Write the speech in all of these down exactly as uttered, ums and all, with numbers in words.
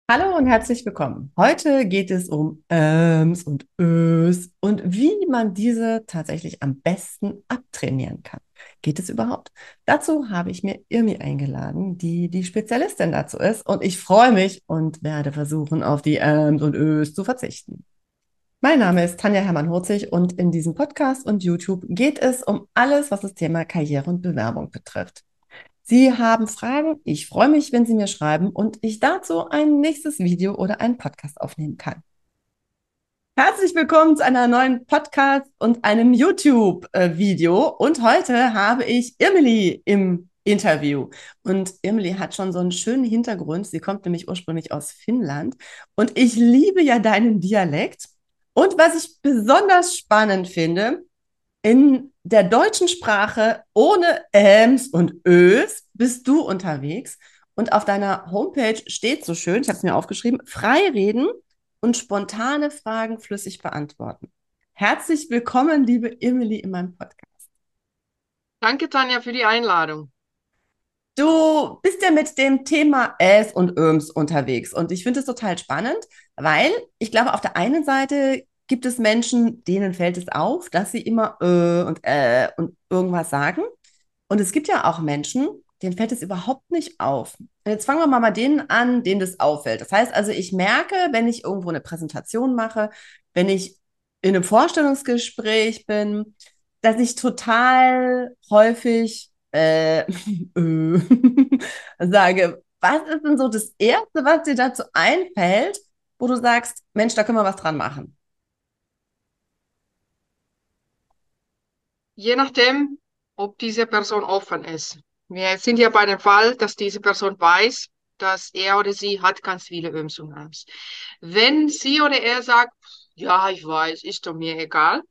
Hallo und herzlich willkommen. Heute geht es um Äms und Ös und wie man diese tatsächlich am besten abtrainieren kann. Geht es überhaupt? Dazu habe ich mir Irmi eingeladen, die die Spezialistin dazu ist, und ich freue mich und werde versuchen, auf die Äms und Ös zu verzichten. Mein Name ist Tanja Hermann-Hurzig und in diesem Podcast und YouTube geht es um alles, was das Thema Karriere und Bewerbung betrifft. Sie haben Fragen? Ich freue mich, wenn Sie mir schreiben und ich dazu ein nächstes Video oder einen Podcast aufnehmen kann. Herzlich willkommen zu einer neuen Podcast und einem YouTube-Video. Und heute habe ich Emily im Interview. Und Emily hat schon so einen schönen Hintergrund. Sie kommt nämlich ursprünglich aus Finnland. Und ich liebe ja deinen Dialekt. Und was ich besonders spannend finde, in der deutschen Sprache ohne Äms und Ös bist du unterwegs und auf deiner Homepage steht so schön, ich habe es mir aufgeschrieben, frei reden und spontane Fragen flüssig beantworten. Herzlich willkommen, liebe Emily, in meinem Podcast. Danke, Tanja, für die Einladung. Du bist ja mit dem Thema Äs und Öms unterwegs und ich finde es total spannend, weil ich glaube, auf der einen Seite gibt es Menschen, denen fällt es auf, dass sie immer äh und äh und irgendwas sagen. Und es gibt ja auch Menschen, denen fällt es überhaupt nicht auf. Und jetzt fangen wir mal bei denen an, denen das auffällt. Das heißt also, ich merke, wenn ich irgendwo eine Präsentation mache, wenn ich in einem Vorstellungsgespräch bin, dass ich total häufig äh, äh, sage, was ist denn so das Erste, was dir dazu einfällt, wo du sagst, Mensch, da können wir was dran machen? Je nachdem, ob diese Person offen ist. Wir sind ja bei dem Fall, dass diese Person weiß, dass er oder sie hat ganz viele Öms und Äms. Wenn sie oder er sagt, ja, ich weiß, ist doch mir egal,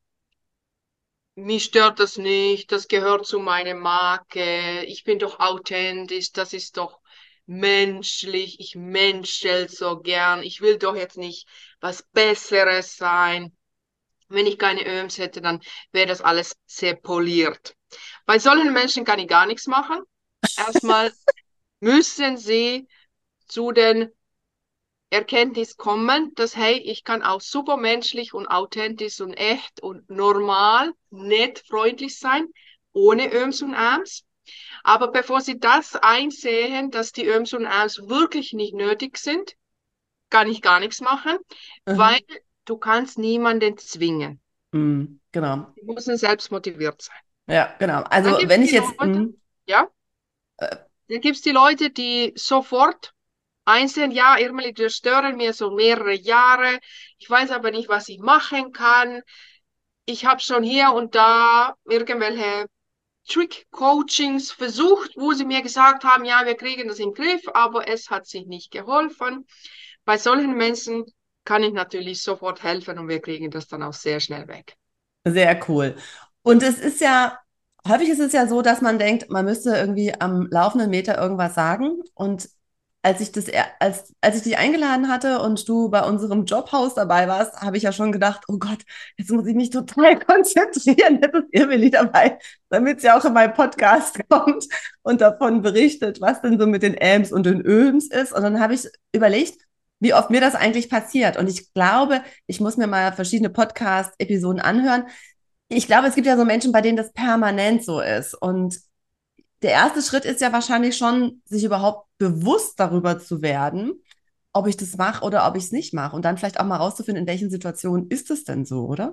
mich stört das nicht, das gehört zu meiner Marke, ich bin doch authentisch, das ist doch menschlich, ich menschel so gern, ich will doch jetzt nicht was Besseres sein. Wenn ich keine Öms hätte, dann wäre das alles sehr poliert. Bei solchen Menschen kann ich gar nichts machen. Erstmal müssen sie zu den Erkenntnis kommen, dass, hey, ich kann auch super menschlich und authentisch und echt und normal, nett, freundlich sein, ohne Öms und Äms. Aber bevor sie das einsehen, dass die Öms und Äms wirklich nicht nötig sind, kann ich gar nichts machen, weil Mhm. du kannst niemanden zwingen. Mhm, genau. Die müssen selbst motiviert sein. Ja, genau. Dann Also gibt es wenn ich die jetzt, Leute, mh, ja, dann gibt es die Leute, die sofort einsehen, ja, irgendwie, die stören mir so mehrere Jahre. Ich weiß aber nicht, was ich machen kann. Ich habe schon hier und da irgendwelche Trick-Coachings versucht, wo sie mir gesagt haben, ja, wir kriegen das im Griff, aber es hat sich nicht geholfen. Bei solchen Menschen kann ich natürlich sofort helfen und wir kriegen das dann auch sehr schnell weg. sehr cool. Und es ist ja, häufig ist es ja so, dass man denkt, man müsste irgendwie am laufenden Meter irgendwas sagen. Und als ich das, er- als, als ich dich eingeladen hatte und du bei unserem Jobhaus dabei warst, habe ich ja schon gedacht, oh Gott, jetzt muss ich mich total konzentrieren. Jetzt ist Irmeli dabei, damit sie auch in meinen Podcast kommt und davon berichtet, was denn so mit den Äms und den Öms ist. Und dann habe ich überlegt, wie oft mir das eigentlich passiert. Und ich glaube, ich muss mir mal verschiedene Podcast-Episoden anhören. Ich glaube, es gibt ja so Menschen, bei denen das permanent so ist. Und der erste Schritt ist ja wahrscheinlich schon, sich überhaupt bewusst darüber zu werden, ob ich das mache oder ob ich es nicht mache. Und dann vielleicht auch mal rauszufinden, in welchen Situationen ist es denn so, oder?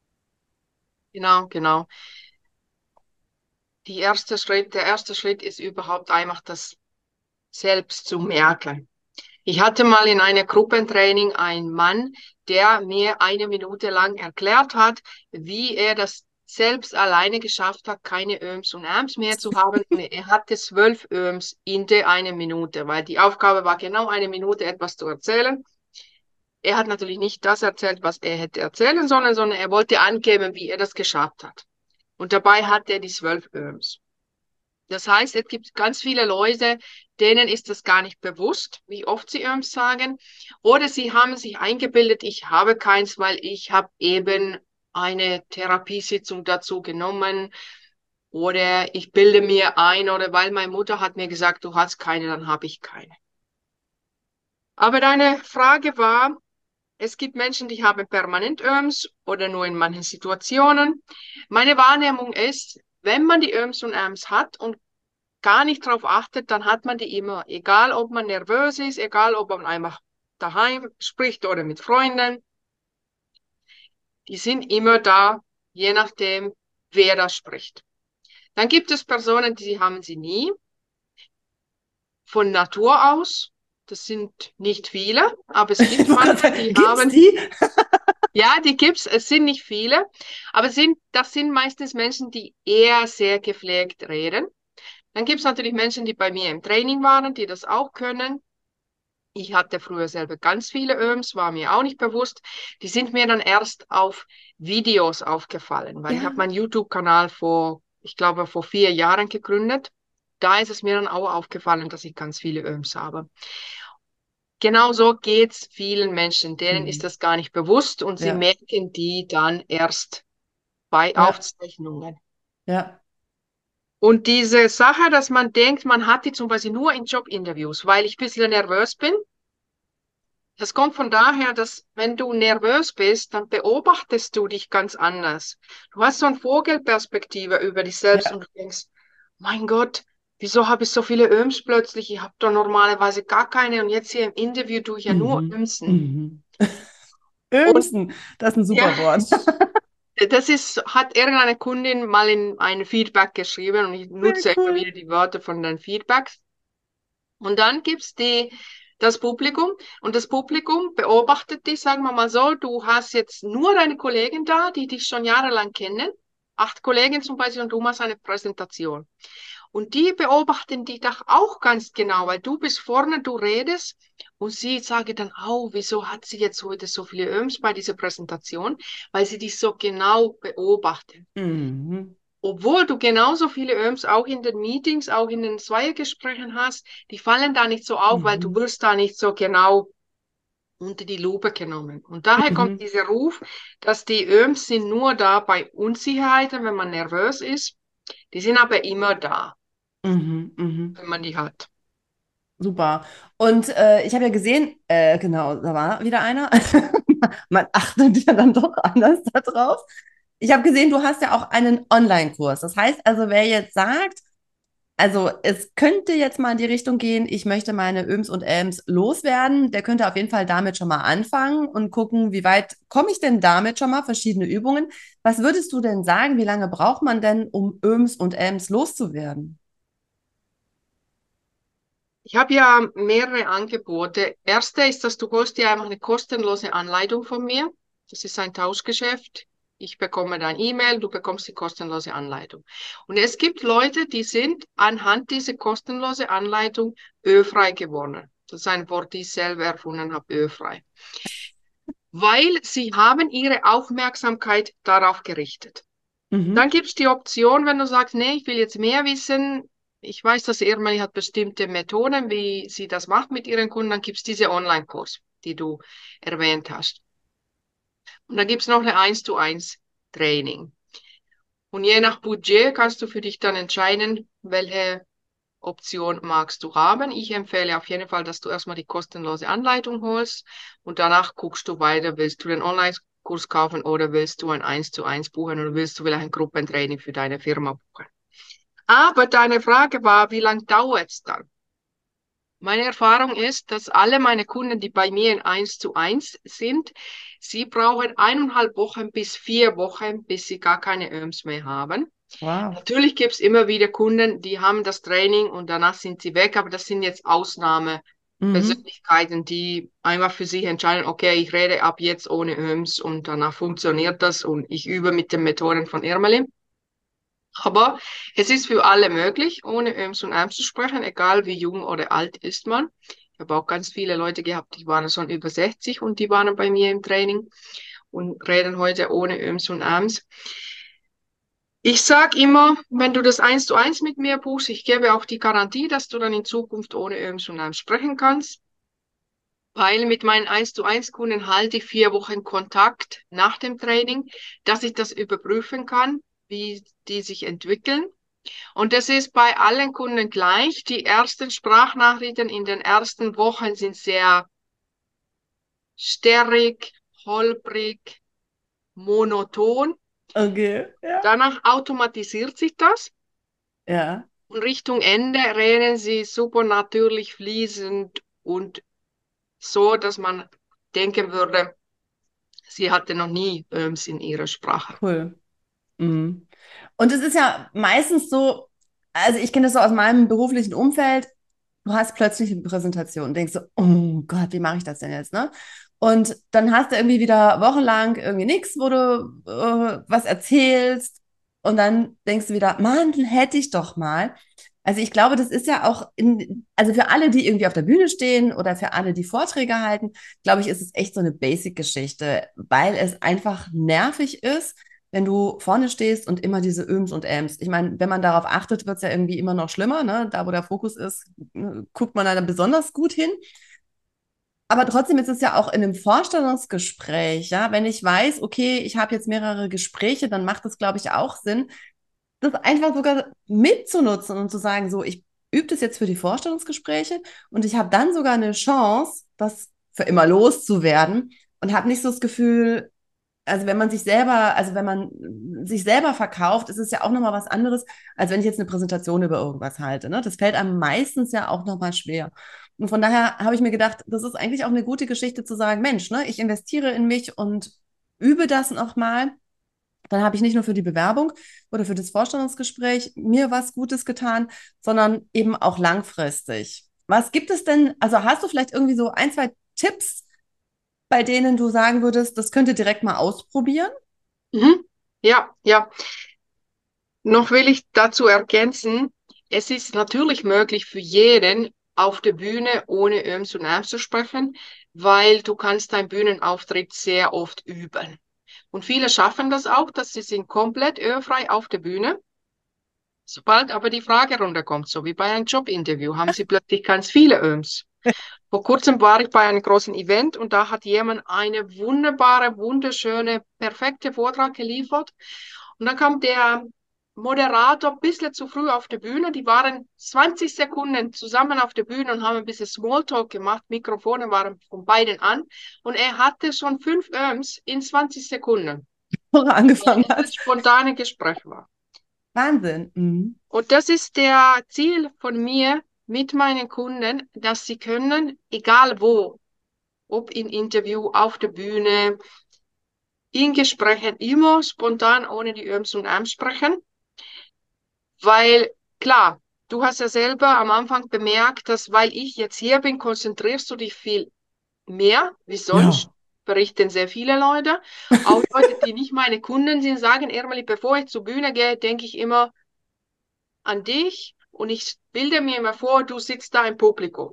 Genau, genau. Die erste Schritt, der erste Schritt ist überhaupt einfach das selbst zu merken. Ich hatte mal in einer Gruppentraining einen Mann, der mir eine Minute lang erklärt hat, wie er das selbst alleine geschafft hat, keine Öms und Äms mehr zu haben. Und er hatte zwölf Öms in der eine Minute, weil die Aufgabe war genau eine Minute etwas zu erzählen. Er hat natürlich nicht das erzählt, was er hätte erzählen sollen, sondern er wollte angeben, wie er das geschafft hat. Und dabei hat er die zwölf Öms. Das heißt, es gibt ganz viele Leute, denen ist das gar nicht bewusst, wie oft sie Öms sagen. Oder sie haben sich eingebildet, ich habe keins, weil ich habe eben eine Therapiesitzung dazu genommen. Oder ich bilde mir ein, oder weil meine Mutter hat mir gesagt, du hast keine, dann habe ich keine. Aber deine Frage war, es gibt Menschen, die haben permanent Öms oder nur in manchen Situationen. Meine Wahrnehmung ist, wenn man die Öms und Äms hat und gar nicht darauf achtet, dann hat man die immer. Egal, ob man nervös ist, egal, ob man einfach daheim spricht oder mit Freunden. Die sind immer da, je nachdem, wer da spricht. Dann gibt es Personen, die haben sie nie, von Natur aus. Das sind nicht viele, aber es Ich gibt wollte gerade manche, sagen, die gibt's haben, die? ja, die gibt's, es sind nicht viele, aber es sind, das sind meistens Menschen, die eher sehr gepflegt reden. Dann gibt es natürlich Menschen, die bei mir im Training waren, die das auch können. Ich hatte früher selber ganz viele Öms, war mir auch nicht bewusst. Die sind mir dann erst auf Videos aufgefallen, weil ich habe Ja. meinen YouTube-Kanal vor, ich glaube, vor vier Jahren gegründet. Da ist es mir dann auch aufgefallen, dass ich ganz viele Öms habe. Genau so geht's vielen Menschen. Denen ist Mhm. das gar nicht bewusst und sie Ja, merken die dann erst bei ja, Aufzeichnungen. ja. Und diese Sache, dass man denkt, man hat die zum Beispiel nur in Jobinterviews, weil ich ein bisschen nervös bin, das kommt von daher, dass wenn du nervös bist, dann beobachtest du dich ganz anders. Du hast so eine Vogelperspektive über dich selbst Ja. und du denkst, mein Gott, wieso habe ich so viele Öms plötzlich? Ich habe doch normalerweise gar keine und jetzt hier im Interview tue ich ja nur Mhm. Ömsen. Mhm. Und Ömsen, das ist ein ja, super Wort. das ist, hat irgendeine Kundin mal in ein Feedback geschrieben und ich Sehr nutze immer cool. wieder die Wörter von den Feedbacks. Und dann gibt's die, das Publikum und das Publikum beobachtet dich, sagen wir mal so, du hast jetzt nur deine Kollegen da, die dich schon jahrelang kennen, acht Kollegen zum Beispiel und du machst eine Präsentation. Und die beobachten dich doch auch ganz genau, weil du bist vorne, du redest und sie sagen dann, oh, wieso hat sie jetzt heute so viele Öms bei dieser Präsentation? Weil sie dich so genau beobachten. Mhm. Obwohl du genauso viele Öms auch in den Meetings, auch in den Zweiergesprächen hast, die fallen da nicht so auf, weil du Mhm. wirst da nicht so genau unter die Lupe genommen. Und daher kommt Mhm. dieser Ruf, dass die Öms sind nur da bei Unsicherheiten, wenn man nervös ist. Die sind aber immer da, Mhm. Mhm. wenn man die hat. Super. Und äh, ich habe ja gesehen, äh, genau, da war wieder einer. Man achtet ja dann doch anders darauf. Ich habe gesehen, du hast ja auch einen Online-Kurs. Das heißt also, wer jetzt sagt, also es könnte jetzt mal in die Richtung gehen, ich möchte meine Öms und Elms loswerden, der könnte auf jeden Fall damit schon mal anfangen und gucken, wie weit komme ich denn damit schon mal, verschiedene Übungen. Was würdest du denn sagen, wie lange braucht man denn, um Öms und Elms loszuwerden? Ich habe ja mehrere Angebote. Erste ist, dass du holst dir einfach eine kostenlose Anleitung von mir. Das ist ein Tauschgeschäft. Ich bekomme dein E-Mail, du bekommst die kostenlose Anleitung. Und es gibt Leute, die sind anhand dieser kostenlosen Anleitung ölfrei geworden. Das ist ein Wort, das ich selber erfunden habe, ölfrei. Weil sie haben ihre Aufmerksamkeit darauf gerichtet. Dann Mhm. gibt es die Option, wenn du sagst, nee, ich will jetzt mehr wissen. Ich weiß, dass Irmeli hat bestimmte Methoden, wie sie das macht mit ihren Kunden. Dann gibt es diese Online-Kurs, die du erwähnt hast. Und dann gibt es noch eine eins zu eins Training. Und je nach Budget kannst du für dich dann entscheiden, welche Option magst du haben. Ich empfehle auf jeden Fall, dass du erstmal die kostenlose Anleitung holst und danach guckst du weiter, willst du den Online-Kurs kaufen oder willst du ein eins zu eins buchen oder willst du vielleicht ein Gruppentraining für deine Firma buchen. Aber deine Frage war, wie lange dauert es dann? Meine Erfahrung ist, dass alle meine Kunden, die bei mir in eins zu eins sind, sie brauchen eineinhalb Wochen bis vier Wochen, bis sie gar keine Öms mehr haben. Wow. Natürlich gibt es immer wieder Kunden, die haben das Training und danach sind sie weg, aber das sind jetzt Mhm. Ausnahmepersönlichkeiten, die einfach für sich entscheiden, okay, ich rede ab jetzt ohne Öms und danach funktioniert das und ich übe mit den Methoden von Irmelin. Aber es ist für alle möglich, ohne Öms und Äms zu sprechen, egal wie jung oder alt ist man. Ich habe auch ganz viele Leute gehabt, die waren schon über sechzig und die waren bei mir im Training und reden heute ohne Öms und Äms. Ich sage immer, wenn du das eins zu eins mit mir buchst, ich gebe auch die Garantie, dass du dann in Zukunft ohne Öms und Äms sprechen kannst, weil mit meinen eins zu eins Kunden halte ich vier Wochen Kontakt nach dem Training, dass ich das überprüfen kann, wie die sich entwickeln. Und das ist bei allen Kunden gleich. Die ersten Sprachnachrichten in den ersten Wochen sind sehr sterrig, holprig, monoton. Okay, ja. Danach automatisiert sich das. Ja, Und Richtung Ende reden sie super natürlich, fließend und so, dass man denken würde, sie hatte noch nie Öms in ihrer Sprache. cool. Mhm. Und es ist ja meistens so, also ich kenne das so aus meinem beruflichen Umfeld, du hast plötzlich eine Präsentation und denkst so, oh Gott, wie mache ich das denn jetzt, ne? Und dann hast du irgendwie wieder wochenlang irgendwie nichts, wo du äh, was erzählst und dann denkst du wieder, Mann, hätte ich doch mal. Also ich glaube, das ist ja auch in, also für alle, die irgendwie auf der Bühne stehen oder für alle, die Vorträge halten, glaube ich, ist es echt so eine Basic-Geschichte, weil es einfach nervig ist, wenn du vorne stehst und immer diese Öms und Äms. Ich meine, wenn man darauf achtet, wird es ja irgendwie immer noch schlimmer, ne? Da, wo der Fokus ist, ne, guckt man da besonders gut hin. Aber trotzdem ist es ja auch in einem Vorstellungsgespräch, ja, wenn ich weiß, okay, ich habe jetzt mehrere Gespräche, dann macht es, glaube ich, auch Sinn, das einfach sogar mitzunutzen und zu sagen, so, ich übe das jetzt für die Vorstellungsgespräche und ich habe dann sogar eine Chance, das für immer loszuwerden und habe nicht so das Gefühl, also wenn man sich selber, also wenn man sich selber verkauft, ist es ja auch nochmal was anderes, als wenn ich jetzt eine Präsentation über irgendwas halte. Ne? Das fällt einem meistens ja auch nochmal schwer. Und von daher habe ich mir gedacht, das ist eigentlich auch eine gute Geschichte zu sagen, Mensch, ne, ich investiere in mich und übe das nochmal. Dann habe ich nicht nur für die Bewerbung oder für das Vorstellungsgespräch mir was Gutes getan, sondern eben auch langfristig. Was gibt es denn, also hast du vielleicht irgendwie so ein, zwei Tipps, bei denen du sagen würdest, das könnt ihr direkt mal ausprobieren? Mhm. Ja, ja. Noch will ich dazu ergänzen, es ist natürlich möglich für jeden auf der Bühne ohne Öms und Äms zu sprechen, weil du kannst deinen Bühnenauftritt sehr oft üben. Und viele schaffen das auch, dass sie sind komplett ölfrei auf der Bühne. Sobald aber die Fragerunde kommt, so wie bei einem Jobinterview, haben sie plötzlich ganz viele Öms. Vor kurzem war ich bei einem großen Event und da hat jemand eine wunderbare, wunderschöne, perfekte Vortrag geliefert. Und dann kam der Moderator ein bisschen zu früh auf der Bühne. Die waren zwanzig Sekunden zusammen auf der Bühne und haben ein bisschen Smalltalk gemacht. Mikrofone waren von beiden an. Und er hatte schon fünf Öms in zwanzig Sekunden, Bevor weil angefangen es ein hat. spontanes Gespräch war. Wahnsinn. Mhm. Und das ist der Ziel von mir mit meinen Kunden, dass sie können, egal wo, ob im Interview, auf der Bühne, in Gesprächen, immer spontan ohne die Öms und Äms sprechen. Weil, klar, du hast ja selber am Anfang bemerkt, dass weil ich jetzt hier bin, konzentrierst du dich viel mehr wie sonst. Ja. Berichten sehr viele Leute. Auch Leute, die nicht meine Kunden sind, sagen, Ermeli, bevor ich zur Bühne gehe, denke ich immer an dich und ich bilde mir immer vor, du sitzt da im Publikum.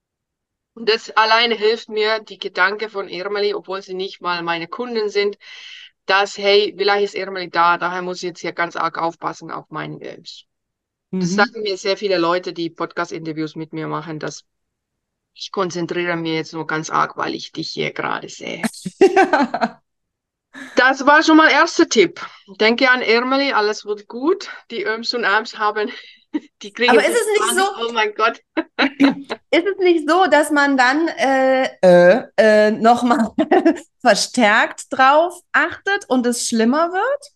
Und das alleine hilft mir, die Gedanken von Irmeli, obwohl sie nicht mal meine Kunden sind, dass, hey, vielleicht ist Irmeli da, daher muss ich jetzt hier ganz arg aufpassen auf meinen Games. Das Mhm. sagen mir sehr viele Leute, die Podcast-Interviews mit mir machen, dass ich konzentriere mir jetzt nur ganz arg, weil ich dich hier gerade sehe. Ja. Das war schon mal erster Tipp. Denke an Irmeli, alles wird gut. Die Öms und Äms haben, die Aber kriegen ist bis es nicht Panik. so, Oh mein Gott. ist es nicht so, dass man dann äh, äh, äh, nochmal verstärkt drauf achtet und es schlimmer wird?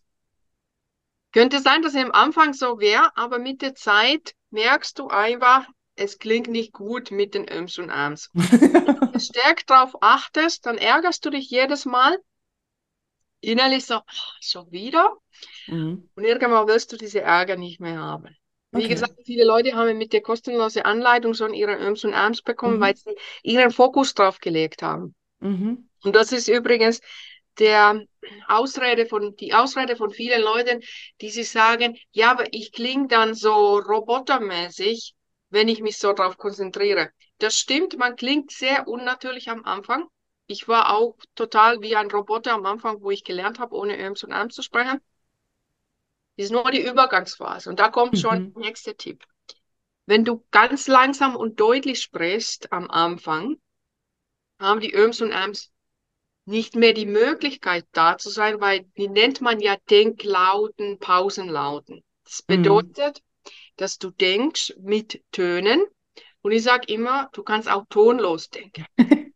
Könnte sein, dass es am Anfang so wäre, aber mit der Zeit merkst du einfach, es klingt nicht gut mit den Öms und Äms. Wenn du verstärkt darauf achtest, dann ärgerst du dich jedes Mal. Innerlich so, "Ah, schon wieder?" Mhm. Und irgendwann wirst du diese Ärger nicht mehr haben. Wie Okay. gesagt, viele Leute haben mit der kostenlosen Anleitung schon ihre Öms und Äms bekommen, Mhm. weil sie ihren Fokus drauf gelegt haben. Mhm. Und das ist übrigens der Ausrede von, die Ausrede von vielen Leuten, die sich sagen, ja, aber ich klinge dann so robotermäßig, wenn ich mich so drauf konzentriere. Das stimmt, man klingt sehr unnatürlich am Anfang. Ich war auch total wie ein Roboter am Anfang, wo ich gelernt habe, ohne Öms und Äms zu sprechen. Das ist nur die Übergangsphase. Und da kommt schon Mhm. der nächste Tipp. Wenn du ganz langsam und deutlich sprichst am Anfang, haben die Öms und Äms nicht mehr die Möglichkeit da zu sein, weil die nennt man ja Denklauten, Pausenlauten. Das Mhm. bedeutet, dass du denkst mit Tönen und ich sage immer, du kannst auch tonlos denken.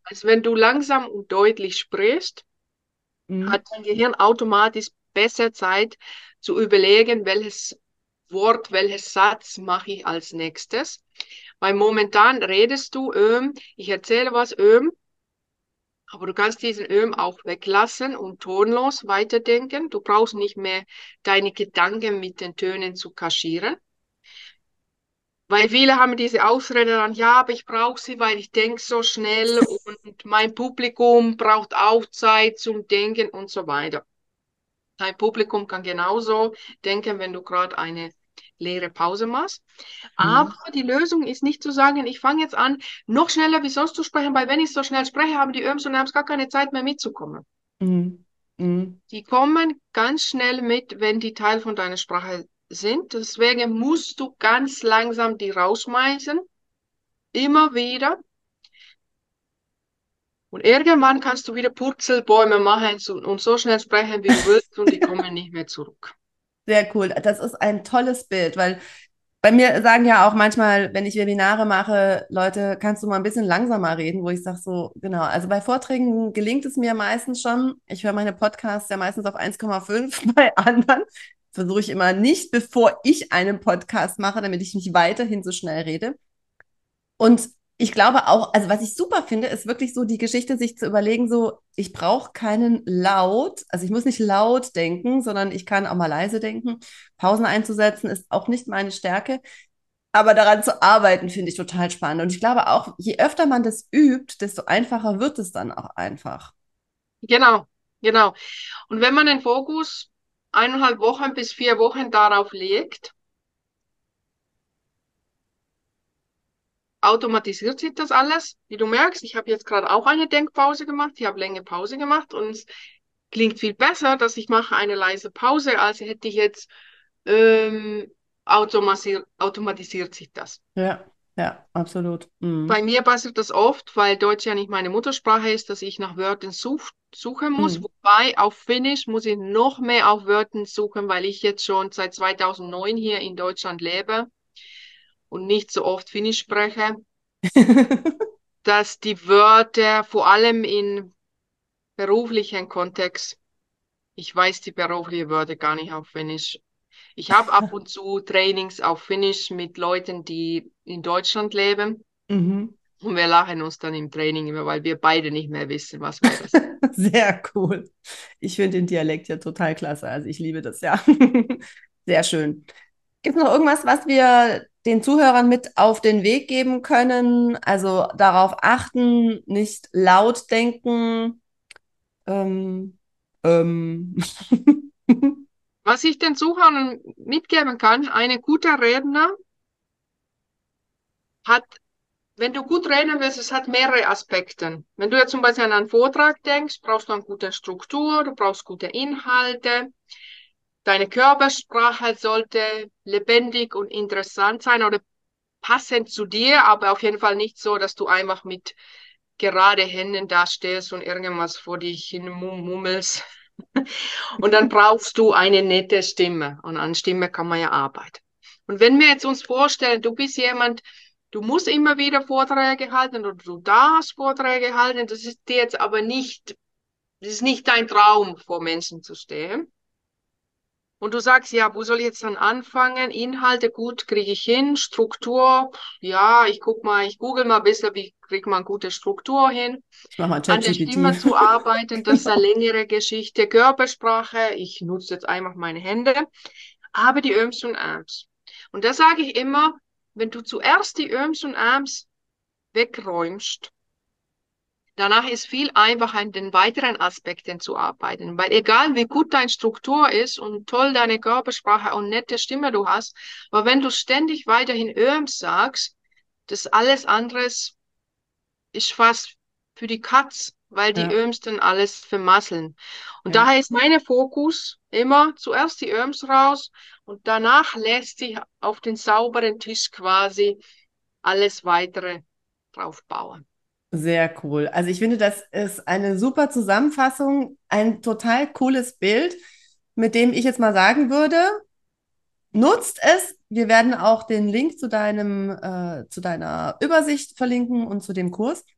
Also wenn du langsam und deutlich sprichst, Mhm. hat dein Gehirn automatisch besser Zeit zu überlegen, welches Wort, welches Satz mache ich als nächstes. Weil momentan redest du, ähm, ich erzähle was, ähm, aber du kannst diesen ähm auch weglassen und tonlos weiterdenken. Du brauchst nicht mehr deine Gedanken mit den Tönen zu kaschieren. Weil viele haben diese Ausrede dann, ja, aber ich brauche sie, weil ich denke so schnell und mein Publikum braucht auch Zeit zum Denken und so weiter. Dein Publikum kann genauso denken, wenn du gerade eine leere Pause machst. Aber Mhm. die Lösung ist nicht zu sagen, ich fange jetzt an, noch schneller wie sonst zu sprechen, weil wenn ich so schnell spreche, haben die Öms und Äms gar keine Zeit mehr mitzukommen. Mhm. Mhm. Die kommen ganz schnell mit, wenn die Teil von deiner Sprache sind. Deswegen musst du ganz langsam die rausschmeißen, immer wieder. Und irgendwann kannst du wieder Purzelbäume machen und so schnell sprechen, wie du willst, und die kommen nicht mehr zurück. Sehr cool. Das ist ein tolles Bild, weil bei mir sagen ja auch manchmal, wenn ich Webinare mache, Leute, kannst du mal ein bisschen langsamer reden, wo ich sage so, genau, also bei Vorträgen gelingt es mir meistens schon. Ich höre meine Podcasts ja meistens auf eins Komma fünf, bei anderen versuche ich immer nicht, bevor ich einen Podcast mache, damit ich nicht weiterhin so schnell rede. Und ich glaube auch, also was ich super finde, ist wirklich so die Geschichte, sich zu überlegen, so, ich brauche keinen laut, also ich muss nicht laut denken, sondern ich kann auch mal leise denken. Pausen einzusetzen ist auch nicht meine Stärke, aber daran zu arbeiten, finde ich total spannend. Und ich glaube auch, je öfter man das übt, desto einfacher wird es dann auch einfach. Genau, genau. Und wenn man den Fokus eineinhalb Wochen bis vier Wochen darauf legt, automatisiert sich das alles. Wie du merkst, ich habe jetzt gerade auch eine Denkpause gemacht, ich habe länger Pause gemacht und es klingt viel besser, dass ich mache eine leise Pause, als hätte ich jetzt ähm, automatisiert, automatisiert sich das. Ja, ja, absolut. Bei Mhm. mir passiert das oft, weil Deutsch ja nicht meine Muttersprache ist, dass ich nach Wörtern such, suchen muss. Mhm. Wobei auf Finnisch muss ich noch mehr auf Wörtern suchen, weil ich jetzt schon seit zweitausendneun hier in Deutschland lebe und nicht so oft Finnisch spreche, dass die Wörter vor allem in beruflichen Kontext, ich weiß die beruflichen Wörter gar nicht auf Finnisch. Ich habe ab und zu Trainings auf Finnisch mit Leuten, die in Deutschland leben. Mhm. Und wir lachen uns dann im Training immer, weil wir beide nicht mehr wissen, was wir das. Sehr cool. Ich finde den Dialekt ja total klasse. Also ich liebe das ja. Sehr schön. Gibt es noch irgendwas, was wir den Zuhörern mit auf den Weg geben können? Also darauf achten, nicht laut denken. Ähm, ähm. Was ich den Zuhörern mitgeben kann, ein guter Redner hat, wenn du gut reden willst, es hat mehrere Aspekte. Wenn du jetzt zum Beispiel an einen Vortrag denkst, brauchst du eine gute Struktur, du brauchst gute Inhalte. Deine Körpersprache sollte lebendig und interessant sein oder passend zu dir, aber auf jeden Fall nicht so, dass du einfach mit gerade Händen dastehst und irgendwas vor dich hin mummelst. Und dann brauchst du eine nette Stimme. Und an Stimme kann man ja arbeiten. Und wenn wir jetzt uns vorstellen, du bist jemand, du musst immer wieder Vorträge halten oder du darfst Vorträge halten, das ist dir jetzt aber nicht, das ist nicht dein Traum, vor Menschen zu stehen. Und du sagst, ja, wo soll ich jetzt dann anfangen? Inhalte, gut, kriege ich hin. Struktur, ja, ich guck mal, ich google mal ein bisschen, wie kriegt man gute Struktur hin. Ich mache mal An der Stimme ChatGPT. zu arbeiten, das ist eine Genau. längere Geschichte. Körpersprache, ich nutze jetzt einfach meine Hände, aber die Öms und Ähms. Und da sage ich immer, wenn du zuerst die Öms und Ähms wegräumst, danach ist viel einfacher, an den weiteren Aspekten zu arbeiten. Weil egal wie gut deine Struktur ist und toll deine Körpersprache und nette Stimme du hast, aber wenn du ständig weiterhin Öms sagst, das alles anderes ist fast für die Katz, weil die Ja, Öms dann alles vermasseln. Und ja, daher ist mein Fokus immer zuerst die Öms raus und danach lässt sich auf den sauberen Tisch quasi alles weitere drauf bauen. sehr cool. Also ich finde, das ist eine super Zusammenfassung, ein total cooles Bild, mit dem ich jetzt mal sagen würde, nutzt es. Wir werden auch den Link zu deinem, äh, zu deiner Übersicht verlinken und zu dem Kurs.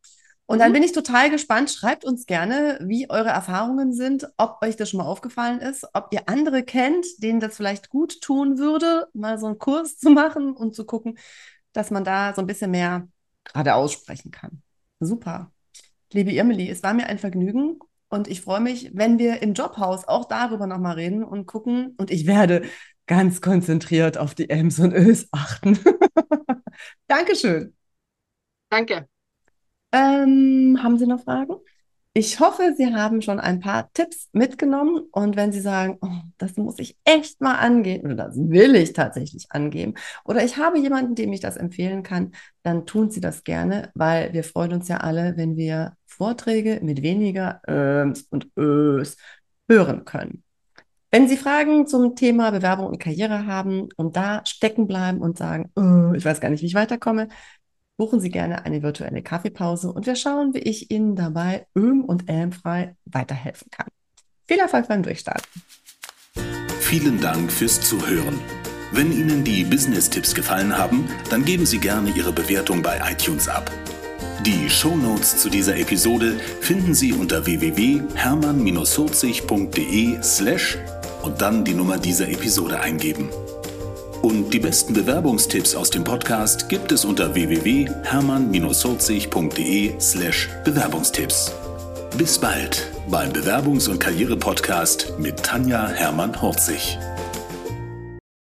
Und dann Mhm. bin ich total gespannt. Schreibt uns gerne, wie eure Erfahrungen sind, ob euch das schon mal aufgefallen ist, ob ihr andere kennt, denen das vielleicht gut tun würde, mal so einen Kurs zu machen und zu gucken, dass man da so ein bisschen mehr gerade aussprechen kann. Super. Liebe Irmeli, es war mir ein Vergnügen und ich freue mich, wenn wir im Jobhaus auch darüber nochmal reden und gucken. Und ich werde ganz konzentriert auf die Ems und Ös achten. Dankeschön. Danke. Ähm, haben Sie noch Fragen? Ich hoffe, Sie haben schon ein paar Tipps mitgenommen und wenn Sie sagen, oh, das muss ich echt mal angehen oder das will ich tatsächlich angehen oder ich habe jemanden, dem ich das empfehlen kann, dann tun Sie das gerne, weil wir freuen uns ja alle, wenn wir Vorträge mit weniger Öms und Ös hören können. Wenn Sie Fragen zum Thema Bewerbung und Karriere haben und da stecken bleiben und sagen, oh, ich weiß gar nicht, wie ich weiterkomme, buchen Sie gerne eine virtuelle Kaffeepause und wir schauen, wie ich Ihnen dabei öm- und elmfrei weiterhelfen kann. Viel Erfolg beim Durchstarten. Vielen Dank fürs Zuhören. Wenn Ihnen die Business-Tipps gefallen haben, dann geben Sie gerne Ihre Bewertung bei iTunes ab. Die Shownotes zu dieser Episode finden Sie unter w w w punkt hermann vierzig punkt de slash und dann die Nummer dieser Episode eingeben. Und die besten Bewerbungstipps aus dem Podcast gibt es unter w w w punkt hermann vierzig punkt de slash Bewerbungstipps. Bis bald beim Bewerbungs- und Karriere-Podcast mit Tanja Hermann-Horzig.